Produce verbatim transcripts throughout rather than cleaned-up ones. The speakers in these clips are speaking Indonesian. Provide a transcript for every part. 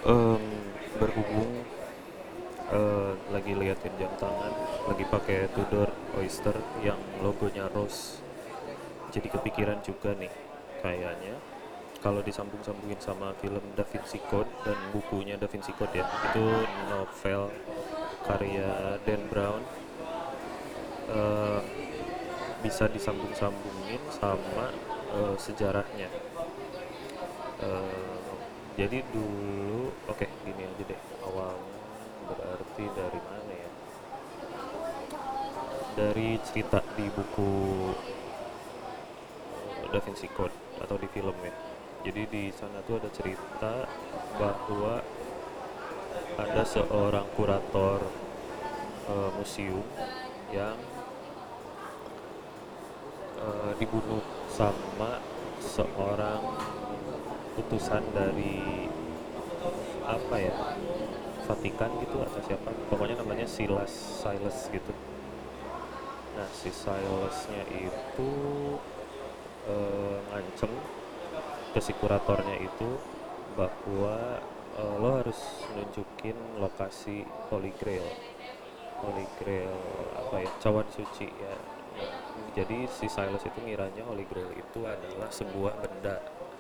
Em, berhubung eh, lagi liatin jam tangan, lagi pakai Tudor Oyster yang logonya Rose. Jadi kepikiran juga nih, kayaknya kalau disambung-sambungin sama film Da Vinci Code dan bukunya Da Vinci Code ya, itu novel karya Dan Brown, eh, bisa disambung-sambungin sama eh, sejarahnya. Eh, jadi dulu, oke gini aja deh, awalnya berarti dari mana ya? Dari cerita di buku Da Vinci Code atau di film ya. Jadi di sana tuh ada cerita bahwa ada seorang kurator eh, museum yang eh, dibunuh sama seorang utusan dari apa ya, Vatikan gitu atau siapa, pokoknya namanya Silas Silas gitu. Nah si Silasnya itu eh, ngancem ke si kuratornya itu bahwa eh, lo harus nunjukin lokasi Holy Grail. Holy Grail apa ya, cawan suci ya. Nah, jadi si Silas itu ngiranya Holy Grail itu adalah sebuah benda.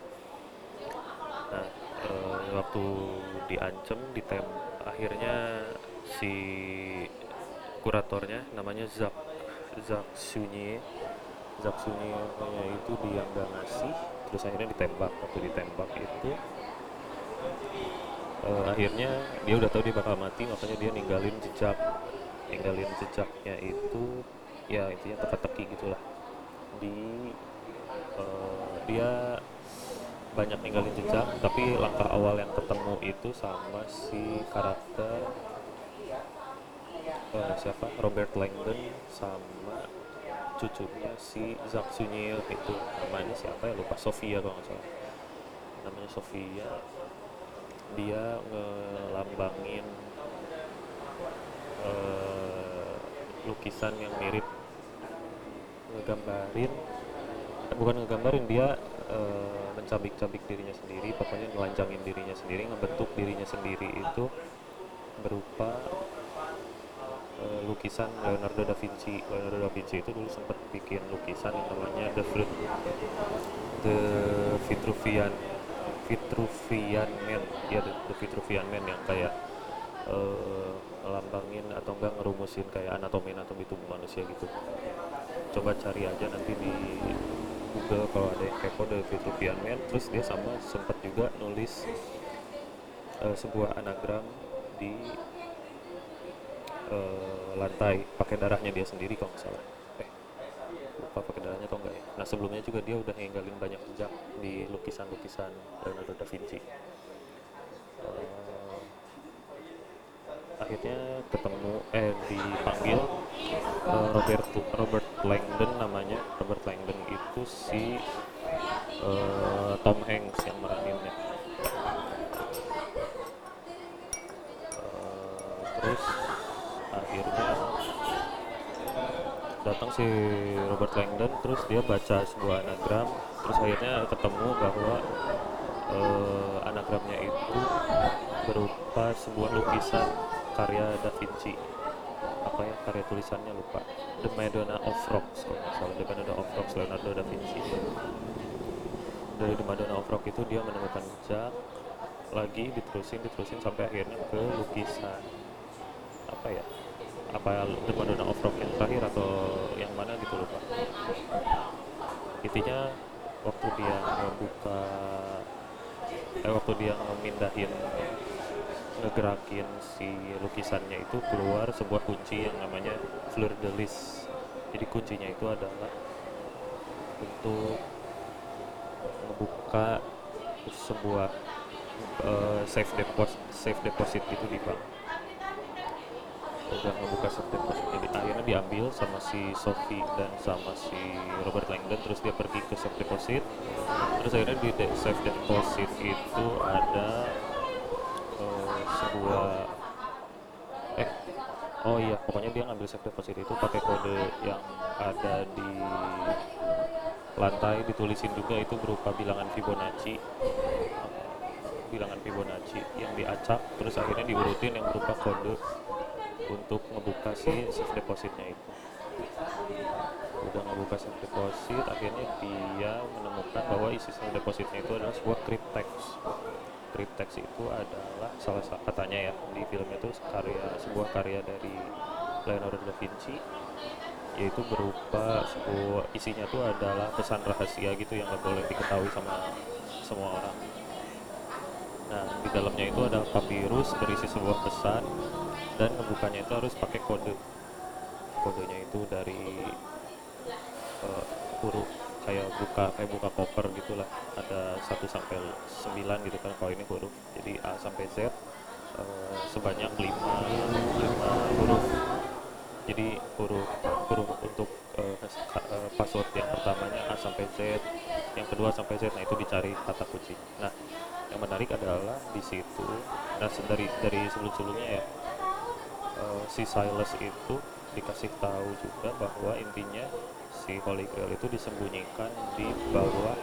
Nah eh, waktu diancem ditem akhirnya si kuratornya namanya Zak Zak Sunyi Zak Sunyi itu dia nggak ngasih, terus akhirnya ditembak. Waktu ditembak itu eh, akhirnya dia udah tahu dia bakal mati, makanya dia ninggalin jejak ninggalin jejaknya itu, ya intinya teka-teki gitulah. Di eh, dia banyak ninggalin jejak, tapi langkah awal yang ketemu itu sama si karakter eh, siapa, Robert Langdon, sama cucunya si Zhang Sunyil itu, namanya siapa ya, lupa, Sofia kalau nggak salah, namanya Sofia. Dia ngelambangin eh, lukisan yang mirip, ngegambarin, bukan ngegambarin, dia eh, mencabik-cabik dirinya sendiri, pokoknya nelanjangin dirinya sendiri, ngebentuk dirinya sendiri itu berupa eh, lukisan Leonardo da Vinci. Leonardo da Vinci itu dulu sempat bikin lukisan yang namanya The Fruit, The Vitruvian Vitruvian Man, ya The, The Vitruvian Man, yang kayak eh, ngelambangin atau enggak ngerumusin kayak anatomi anatomi tubuh manusia gitu. Coba cari aja nanti di Google kalau ada yang kepo, The Vitruvian Man. Terus dia sama sempat juga nulis eh, sebuah anagram di eh, lantai pakai darahnya dia sendiri kalau nggak salah. Eh, lupa pakai darahnya atau enggak ya. Nah sebelumnya juga dia udah ninggalin banyak jejak di lukisan-lukisan Leonardo da Vinci. Eh, akhirnya ketemu, eh dipanggil eh, Robert Robert Langdon namanya. Robert Langdon itu si eh, Tom Hanks yang meraninnya. Eh, terus akhirnya datang si Robert Langdon, terus dia baca sebuah anagram, terus akhirnya ketemu bahwa eh, anagramnya itu berupa sebuah lukisan karya Da Vinci. Apa ya karya tulisannya, lupa. The Madonna of Rocks kalau nggak salah, The Madonna of Rocks Leonardo da Vinci. Dari The Madonna of Rock itu dia menemukan jejak lagi, diterusin diterusin sampai akhirnya ke lukisan apa ya, apa The Madonna of Rock yang terakhir atau yang mana gitu, lupa. Intinya waktu dia ngebuka, eh waktu dia ngemindahin, ngegerakin si lukisannya itu, keluar sebuah kunci yang namanya fleur de lis. Jadi kuncinya itu adalah untuk ngebuka sebuah uh, safe deposit safe deposit itu di bank. Udah ngebuka safe deposit, jadi akhirnya diambil sama si Sophie dan sama si Robert Langdon. Terus dia pergi ke safe deposit, terus akhirnya di de- safe deposit itu ada uh, sebuah, eh oh iya pokoknya dia ngambil safe deposit itu pakai kode yang ada di lantai, ditulisin juga itu berupa bilangan Fibonacci. bilangan Fibonacci yang diacak, terus akhirnya diurutin yang berupa kode untuk ngebuka si safe depositnya itu. Udah ngebuka safe deposit, akhirnya dia menemukan bahwa isi safe depositnya itu adalah sebuah crypttext. Crypttext itu adalah salah satu, katanya ya di film itu, karya sebuah karya dari Leonardo da Vinci, yaitu berupa sebuah, isinya tuh adalah pesan rahasia gitu yang gak boleh diketahui sama semua orang. Nah, di dalamnya itu ada papirus berisi sebuah pesan, dan ngebukanya itu harus pakai kode. Kodenya itu dari uh, huruf kayak buka kayak buka koper gitulah, ada satu sampai sembilan gitu kan kalau ini huruf, jadi A sampai Z, uh, sebanyak lima lima huruf. Jadi huruf huruf untuk uh, uh, password yang pertamanya A sampai Z, yang kedua sampai Z. Nah, itu dicari kata kunci. Nah, yang menarik adalah di situ, nah dari dari sebelum-sebelumnya ya, uh, si Silas itu dikasih tahu juga bahwa intinya si Holy Grail itu disembunyikan di bawah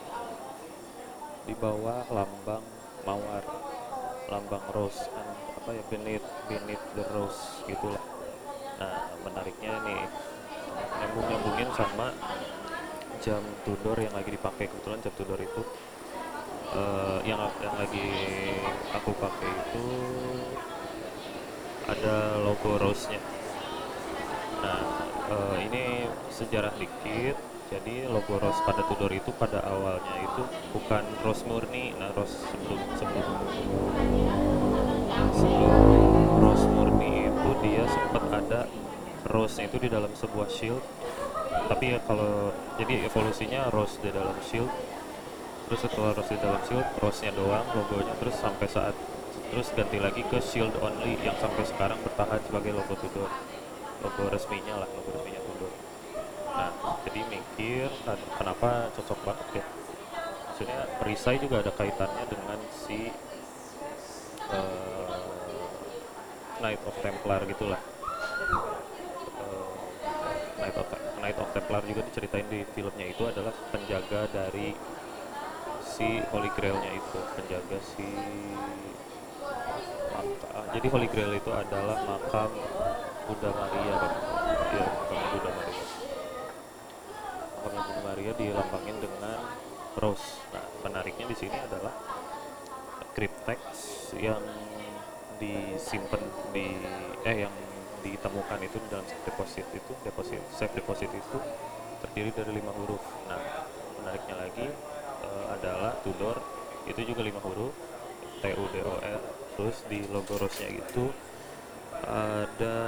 di bawah lambang mawar, lambang rose, apa ya, beneath beneath the rose gitulah. Nah, menariknya nih, nyambung-nyambungin sama jam Tudor yang lagi dipakai. Kebetulan jam Tudor itu uh, yang yang lagi aku pakai itu ada logo rose-nya. Nah, uh, ini sejarah dikit. Jadi logo rose pada Tudor itu pada awalnya itu bukan rose murni. Nah, rose sebelum sebelum sebelum rose murni itu dia sempat ada rose-nya itu di dalam sebuah shield. Tapi ya kalau jadi evolusinya rose di dalam shield, terus setelah rose di dalam shield, rose-nya doang logonya, terus sampai saat terus ganti lagi ke shield only yang sampai sekarang bertahan sebagai logo Tudor, logo resminya lah, logo resminya Tudor. Nah, jadi mikir kenapa cocok banget ya, maksudnya perisai juga ada kaitannya dengan si uh, Knight of Templar gitulah. uh, Knight of, Knight of Templar juga diceritain di filmnya itu adalah penjaga dari si Holy Grail-nya itu, penjaga si maka, jadi Holy Grail itu adalah makam Bunda Maria, ya, makam Bunda Maria. Makam Bunda Maria dilambangin dengan rose. Nah, menariknya di sini adalah crypttext yang disimpan di eh yang ditemukan itu di dalam safe deposit itu, deposit safe deposit itu terdiri dari lima huruf. Nah, menariknya lagi uh, adalah Tudor itu juga lima huruf, T U D O R. Terus di logo rose-nya itu ada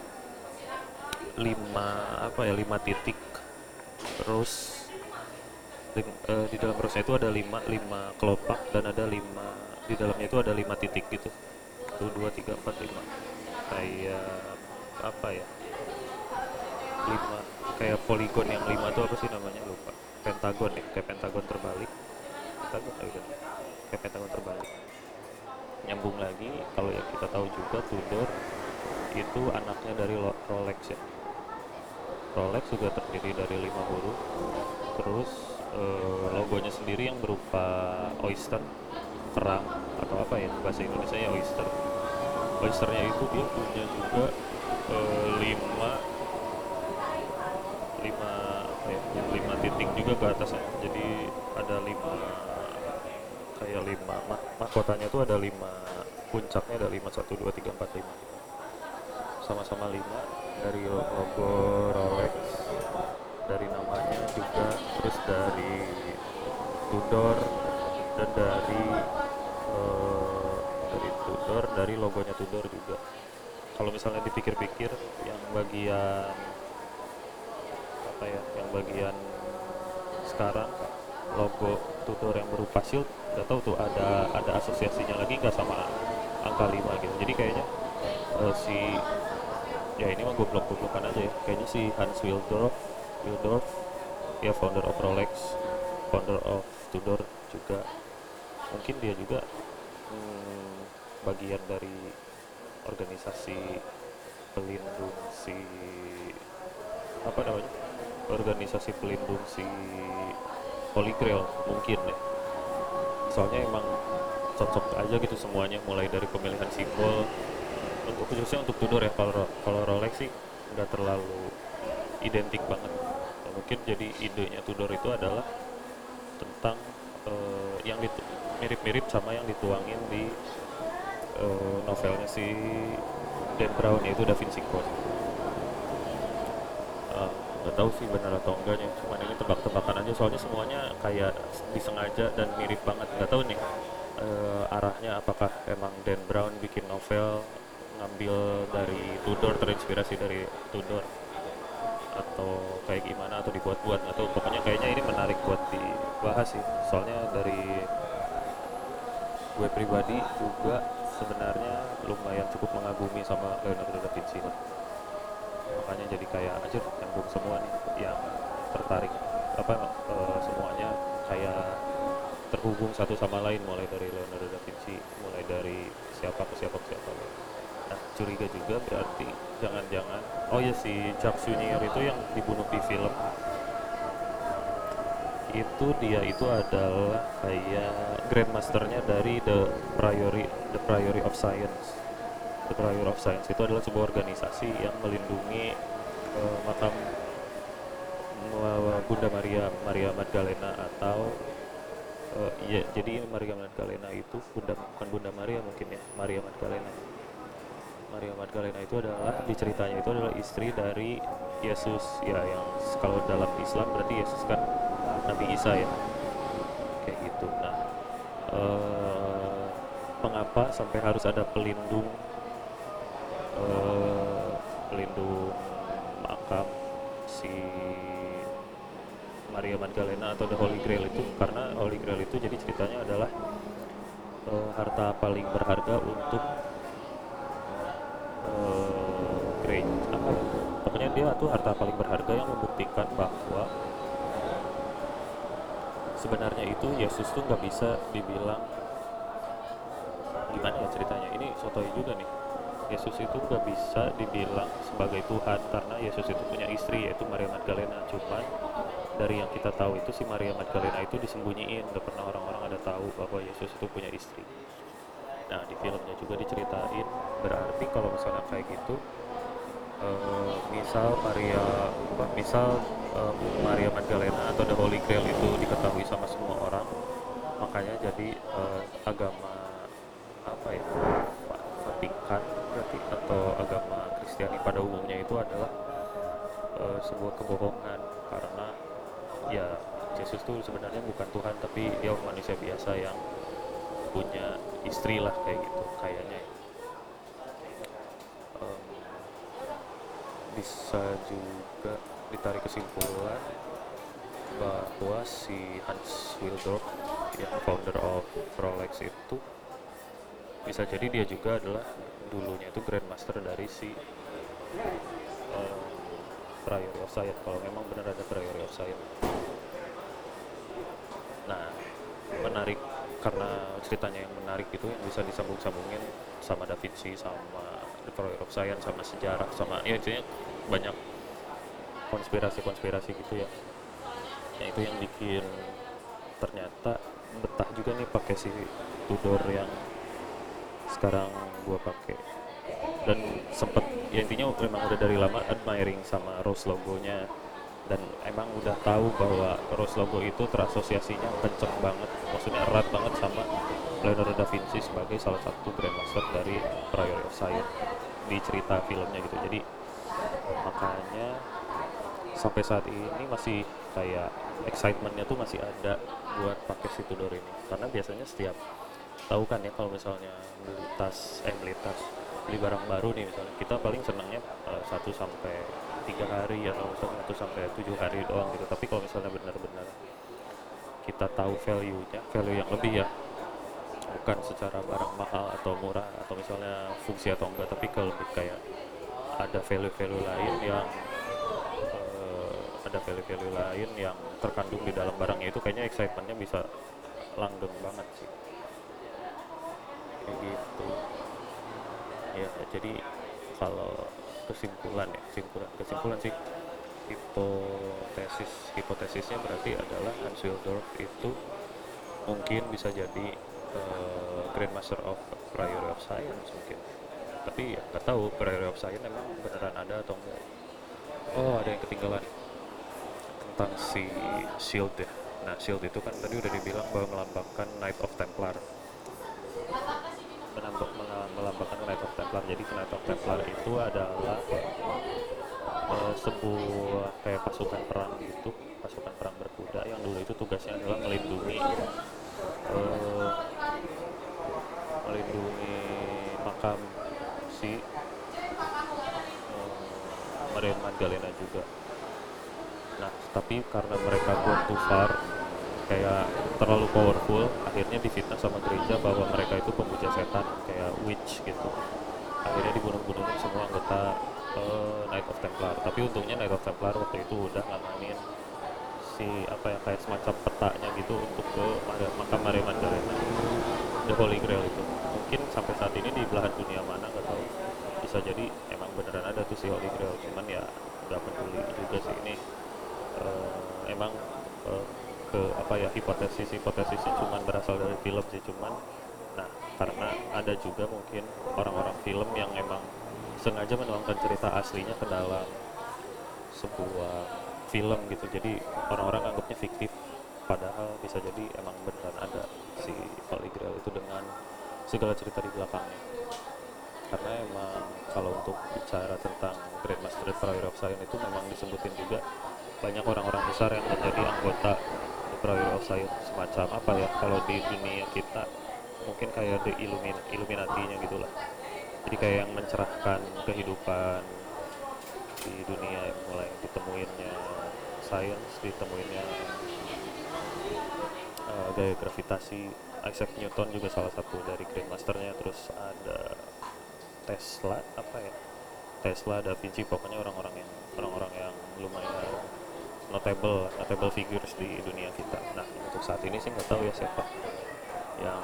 lima apa ya lima titik rose. Lim, uh, di dalam rose itu ada lima lima kelopak, dan ada lima di dalamnya itu ada lima titik gitu. Satu dua tiga empat lima, kayak apa ya, lima kayak poligon yang lima tuh apa sih namanya, lupa. Pentagon ya, kayak pentagon terbalik. Pentagon kayak kayak pentagon terbalik. Nyambung lagi, kalau yang kita tahu juga Tudor itu anaknya dari Rolex ya. Rolex juga terdiri dari lima huruf. Terus eh, logonya sendiri yang berupa oyster, kerang atau apa ya, bahasa Indonesia ya oyster. Oysternya itu dia punya juga eh, lima lima apa ya, lima titik juga ke atasnya. Jadi ada lima, kayak lima mah mahkotanya tuh ada lima, puncaknya ada lima, satu dua tiga empat lima, sama-sama lima, dari logo Rolex, dari namanya juga, terus dari Tudor, dan dari uh, dari Tudor, dari logonya Tudor juga. Kalau misalnya dipikir-pikir, yang bagian apa ya, yang bagian sekarang logo Tudor yang berupa shield, nggak tahu tuh ada ada asosiasinya lagi nggak sama angka lima gitu. Jadi kayaknya uh, si ya ini mah goblok-goblokan aja ya, kayaknya si Hans Wilsdorf Wilsdorf ya, founder of Rolex, founder of Tudor juga, mungkin dia juga hmm, bagian dari organisasi pelindung si apa namanya organisasi pelindung si Holy Grail mungkin ya. Soalnya emang cocok aja gitu semuanya, mulai dari pemilihan simbol untuk khususnya untuk Tudor ya. Kalau kalau Rolex sih nggak terlalu identik banget. Mungkin jadi idenya Tudor itu adalah tentang uh, yang ditu- mirip-mirip sama yang dituangin di uh, novelnya si Dan Brown, yaitu Da Vinci Code. Uh, nggak tahu sih benar atau enggaknya, cuman ini tebak-tebakan aja soalnya semuanya kayak disengaja dan mirip banget. Nggak tahu nih uh, arahnya, apakah emang Dan Brown bikin novel ngambil dari Tudor, terinspirasi dari Tudor, atau kayak gimana, atau dibuat-buat, nggak tahu. Pokoknya kayaknya ini menarik buat dibahas sih, soalnya dari gue pribadi juga sebenarnya lumayan cukup mengagumi sama Leonardo da Vinci lah. Makanya jadi kayak anjir nyambung semua nih, yang tertarik apa uh, semuanya kayak terhubung satu sama lain, mulai dari Leonardo da Vinci, mulai dari siapa ke siapa ke siapa. Nah, curiga juga berarti jangan-jangan oh ya si Jacques Junior itu yang dibunuh di film itu, dia itu adalah kayak grandmasternya dari The Priory The Priory of Science. The Priory of Science itu adalah sebuah organisasi yang melindungi uh, makam uh, Bunda Maria Maria Magdalena atau uh, ya jadi Maria Magdalena itu Bunda, bukan Bunda Maria mungkin ya, Maria Magdalena. Maria Magdalena itu adalah, di ceritanya itu adalah istri dari Yesus ya, yang kalau dalam Islam berarti Yesus kan Nabi Isa ya, kayak gitu. Nah, eh, mengapa sampai harus ada pelindung eh, pelindung makam si Maria Magdalena atau The Holy Grail itu? Karena Holy Grail itu jadi ceritanya adalah eh, harta paling berharga untuk uh, great apa ya? Pokoknya dia tuh harta paling berharga yang membuktikan bahwa sebenarnya itu Yesus tuh nggak bisa dibilang gimana ya ceritanya, ini sotoy juga nih. Yesus itu nggak bisa dibilang sebagai Tuhan karena Yesus itu punya istri yaitu Maria Magdalena. Cuman dari yang kita tahu itu si Maria Magdalena itu disembunyiin, nggak pernah orang-orang ada tahu bahwa Yesus itu punya istri. Nah di filmnya juga diceritain, berarti kalau misalnya kayak gitu, uh, misal Maria misal uh, Maria Magdalena atau The Holy Grail itu diketahui sama semua orang, makanya jadi uh, agama apa ya, Vatikan berarti atau agama Kristiani pada umumnya itu adalah uh, sebuah kebohongan, karena ya Yesus tuh sebenarnya bukan Tuhan tapi dia manusia biasa yang punya istri lah, kayak gitu kayaknya. um, bisa juga ditarik kesimpulan bahwa si Hans Wilsdorf yang founder of Rolex itu bisa jadi dia juga adalah dulunya itu grandmaster dari si um, Priory of Science, kalau memang benar ada Priory of Science. Nah, menarik karena ceritanya yang menarik itu, yang bisa disambung-sambungin sama Da Vinci, sama The Priory of Science, sama sejarah, sama ya intinya banyak konspirasi-konspirasi gitu ya. Nah itu yang bikin ternyata betah juga nih pakai si Tudor yang sekarang gua pakai. Dan sempet ya intinya memang udah dari lama admiring sama Rose logonya, dan emang udah tahu bahwa Rose logo itu terasosiasinya kenceng banget, maksudnya erat banget sama Leonardo da Vinci sebagai salah satu grandmaster dari Priory of Science di cerita filmnya gitu. Jadi makanya sampai saat ini masih kayak excitementnya tuh masih ada buat pakai si Tudor ini, karena biasanya setiap tahu kan ya kalau misalnya beli tas eh beli tas beli barang baru nih misalnya, kita paling senangnya uh, satu sampai tiga hari atau misalnya satu sampai tujuh hari doang gitu. Tapi kalau misalnya benar-benar kita tahu value-nya, value yang lebih ya, bukan secara barang mahal atau murah atau misalnya fungsi atau enggak, tapi kalau lebih kayak ada value-value lain yang uh, ada value-value lain yang terkandung di dalam barangnya itu, kayaknya excitementnya bisa langgeng banget sih, kayak gitu ya. Jadi kalau kesimpulan ya kesimpulan kesimpulan sih, hipotesis hipotesisnya berarti adalah Hans Wilsdorf itu mungkin bisa jadi uh, Grandmaster of Priory of Science mungkin, tapi ya nggak tahu Priory of Science emang beneran ada atau enggak. Oh, ada yang ketinggalan tentang si shield ya. Nah, shield itu kan tadi udah dibilang bahwa melambangkan Knight of Templar, menambah, melambangkan Knight of Templar. Jadi Knight of Templar itu adalah uh, sebuah kayak pasukan perang gitu, pasukan perang berkuda yang dulu itu tugasnya adalah melindungi uh, melindungi makam si uh, Maria Magdalena juga. Nah, tapi karena mereka gone too far, kayak terlalu powerful, akhirnya difitnah sama gereja bahwa mereka itu pemuja setan, kayak witch gitu. Akhirnya dibunuh-bunuhin semua anggota uh, Knight of Templar. Tapi untungnya Knight of Templar waktu itu udah ngamanin si apa ya, kayak semacam petanya gitu untuk ke makam Maria Magdalena, The Holy Grail itu. Mungkin sampai saat ini di belahan dunia mana nggak tahu, bisa jadi emang beneran ada tuh si Holy Grail, cuman ya nggak peduli juga sih ini. Uh, emang uh, ke apa ya, hipotesis hipotesisnya cuman berasal dari film sih, cuman nah karena ada juga mungkin orang-orang film yang emang sengaja menuangkan cerita aslinya ke dalam sebuah film gitu, jadi orang-orang anggapnya fiktif, padahal bisa jadi emang beneran ada si Holy Grail itu dengan segala cerita di belakangnya. Karena emang kalau untuk bicara tentang Grandmaster Priory of Sion itu memang disebutin juga banyak orang-orang besar yang menjadi anggota Priory of Sion, semacam apa ya, kalau di dunia kita mungkin kayak The Illumin Illuminati-nya gitulah. Jadi kayak yang mencerahkan kehidupan di dunia, mulai ditemuinnya science, ditemuinnya uh, gaya gravitasi. Isaac Newton juga salah satu dari Grandmasternya, terus ada Tesla apa ya, Tesla, Da Vinci, pokoknya orang-orang yang orang-orang yang lumayan notable notable figures di dunia kita. Nah, untuk saat ini sih nggak tahu ya siapa yang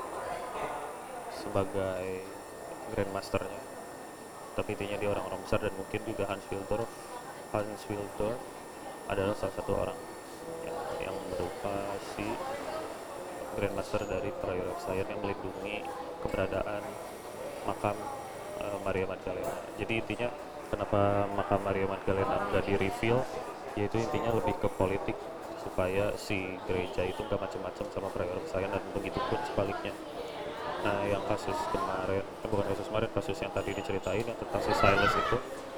sebagai Grandmasternya, tapi intinya dia orang-orang besar, dan mungkin juga Hans Wilder Hans Wilder adalah salah satu orang yang, yang berupa si Grandmaster dari Priory of Sion yang melindungi keberadaan makam uh, Maria Magdalena. Jadi intinya kenapa makam Maria Magdalena nggak di reveal, yaitu intinya lebih ke politik, supaya si gereja itu nggak macam-macam sama Priory of Sion, dan begitu pun sebaliknya. Nah, yang kasus kemarin, eh, bukan kasus kemarin, kasus yang tadi diceritain yang tentang si Silas itu,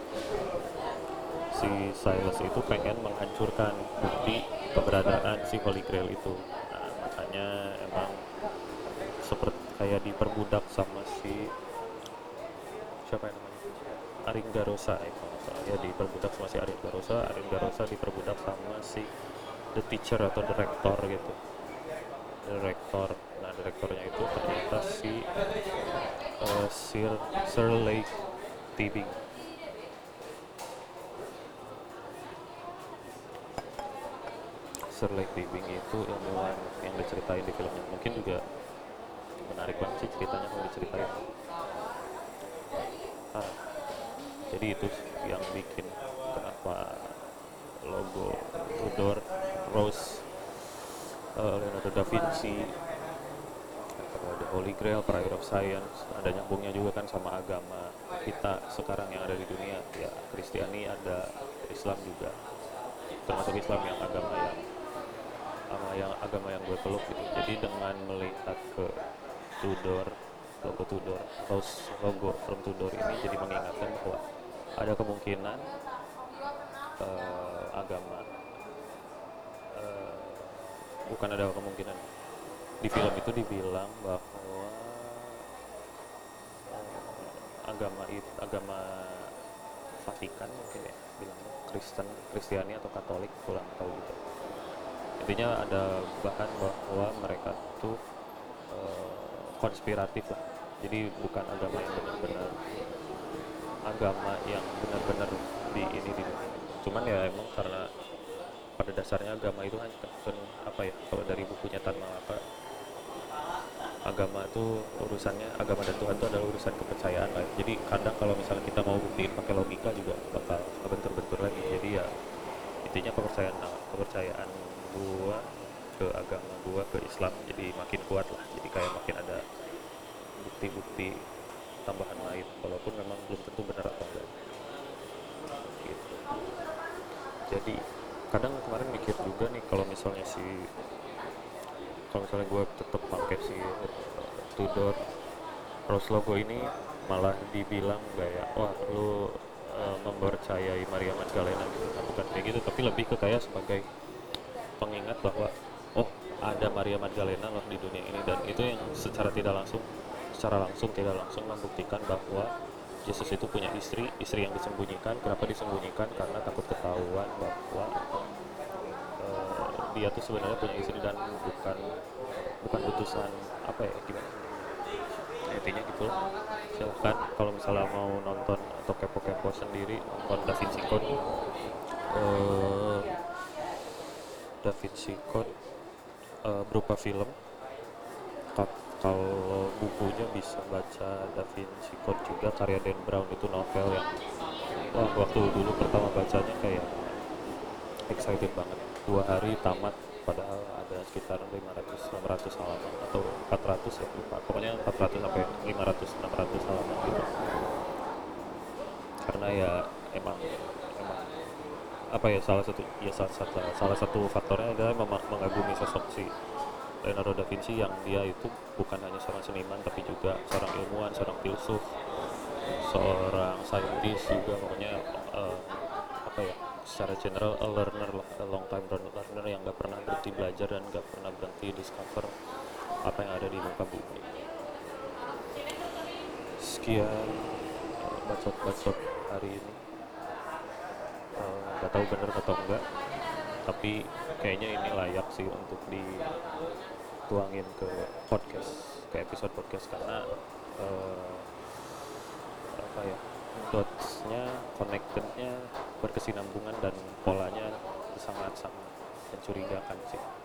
si Silas itu pengen menghancurkan bukti keberadaan si Holy Grail itu. Nah, makanya emang seperti kayak diperbudak sama si siapa yang namanya, Aringarosa ya, kalau salah ya, diperbudak sama si Aringarosa Aringarosa diperbudak sama si the teacher atau direktor gitu, direktor. Nah, direktornya itu ternyata si uh, Sir Sir Lake Tibing. Sir Lake Tibing itu ilmuwan yang diceritain di filmnya, mungkin juga menarik banget sih ceritanya kalau diceritain. Ah, jadi itu yang bikin kenapa logo Tudor, Rose, uh, Leonardo da Vinci, The Holy Grail, Priory of Science, ada nyambungnya juga kan sama agama kita sekarang yang ada di dunia ya. Kristiani ada, Islam juga, termasuk Islam yang agama yang agama yang agama yang gue peluk gitu. Jadi dengan melihat ke Tudor, logo Tudor, Rose, logo from Tudor ini jadi mengingatkan bahwa ada kemungkinan uh, agama uh, bukan ada kemungkinan, di film itu dibilang bahwa uh, agama it, agama Vatikan mungkin ya bilang Kristen, Kristiani atau Katolik, kurang tahu gitu. Intinya ada bahan bahwa mereka tuh uh, konspiratif lah. Jadi bukan agama yang benar-benar agama yang benar-benar di ini di dunia. Cuman ya emang karena pada dasarnya agama itu kan, kan apa ya, kalau dari bukunya Tan Malaka, agama itu urusannya, agama dan Tuhan itu adalah urusan kepercayaan lah. Jadi kadang kalau misalnya kita mau buktiin pakai logika juga bakal kebentur-bentur lagi. Jadi ya intinya kepercayaan kepercayaan gua ke agama gue, ke Islam, jadi makin kuat lah, jadi kayak makin ada bukti-bukti tambahan lain walaupun memang belum tentu benar atau enggak gitu. Jadi kadang kemarin mikir juga nih, kalau misalnya si kalau misalnya gue tetap pakai si uh, Tudor Rose logo ini, malah dibilang kayak wah lu uh, mempercayai Maria Magdalena gitu. Nah, bukan kayak gitu, tapi lebih ke kayak sebagai pengingat bahwa oh ada Maria Magdalena loh di dunia ini, dan itu yang secara tidak langsung secara langsung tidak langsung membuktikan bahwa Yesus itu punya istri, istri yang disembunyikan. Kenapa disembunyikan? Karena takut ketahuan bahwa uh, dia tuh sebenarnya punya istri dan bukan bukan utusan apa ya gimana. Nah, intinya gitu lah. Silahkan kalau misalnya mau nonton atau kepo-kepo sendiri, nonton Da Vinci Code. Uh, Da Vinci Code uh, berupa film. Kalau bukunya bisa baca Da Vinci Code juga, karya Dan Brown, itu novel yang wah waktu dulu pertama bacanya kayak excited banget, dua hari tamat, padahal ada sekitar lima ratus enam ratus halaman atau empat ratus ya lupa, pokoknya empat ratus sampai lima ratus enam ratus halaman gitu. Karena ya emang emang apa ya, salah satu ya salah satu salah satu faktornya adalah mem- mengagumi sosok si Leonardo da Vinci, yang dia itu bukan hanya seorang seniman tapi juga seorang ilmuwan, seorang filsuf, seorang saintis juga, pokoknya uh, apa ya, secara general a learner lah, a long time learner yang gak pernah berhenti belajar dan gak pernah berhenti discover apa yang ada di muka bumi. Sekian uh, bacot-bacot hari ini. Uh, gak tahu bener atau enggak, tapi kayaknya ini layak sih untuk dituangin ke podcast, ke episode podcast, karena uh, apa ya, dotsnya, connectednya berkesinambungan dan polanya sangat-sangat mencurigakan sih.